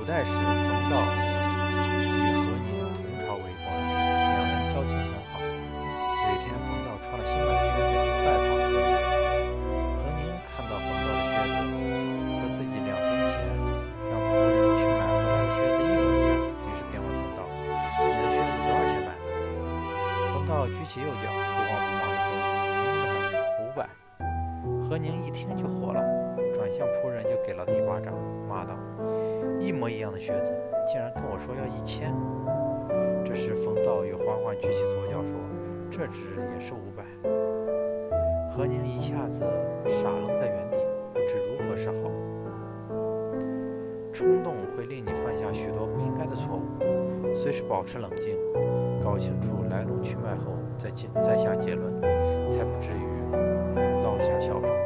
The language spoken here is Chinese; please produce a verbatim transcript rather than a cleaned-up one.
代时，冯道与何宁同朝为官，两人交情很好。有一天，冯道穿了新买的靴子去拜访何宁。何宁看到冯道的靴子和自己两天前让仆人去买回来的靴子一模一样，于是便问冯道：“你的靴子多少钱买的？”冯道举起右脚，不慌不忙地说：“便宜得很，五百。”何宁一听就火了，转向仆人就给了他一巴掌，骂道：“一模一样的靴子，竟然跟我说要一千！”这时冯道又缓缓举起左脚说：“这只也是五百。”何宁一下子傻愣在原地，不知如何是好。冲动会令你犯下许多不应该的错误，虽是保持冷静，搞清楚来龙去脉后再再下结论，才不至于落下笑柄。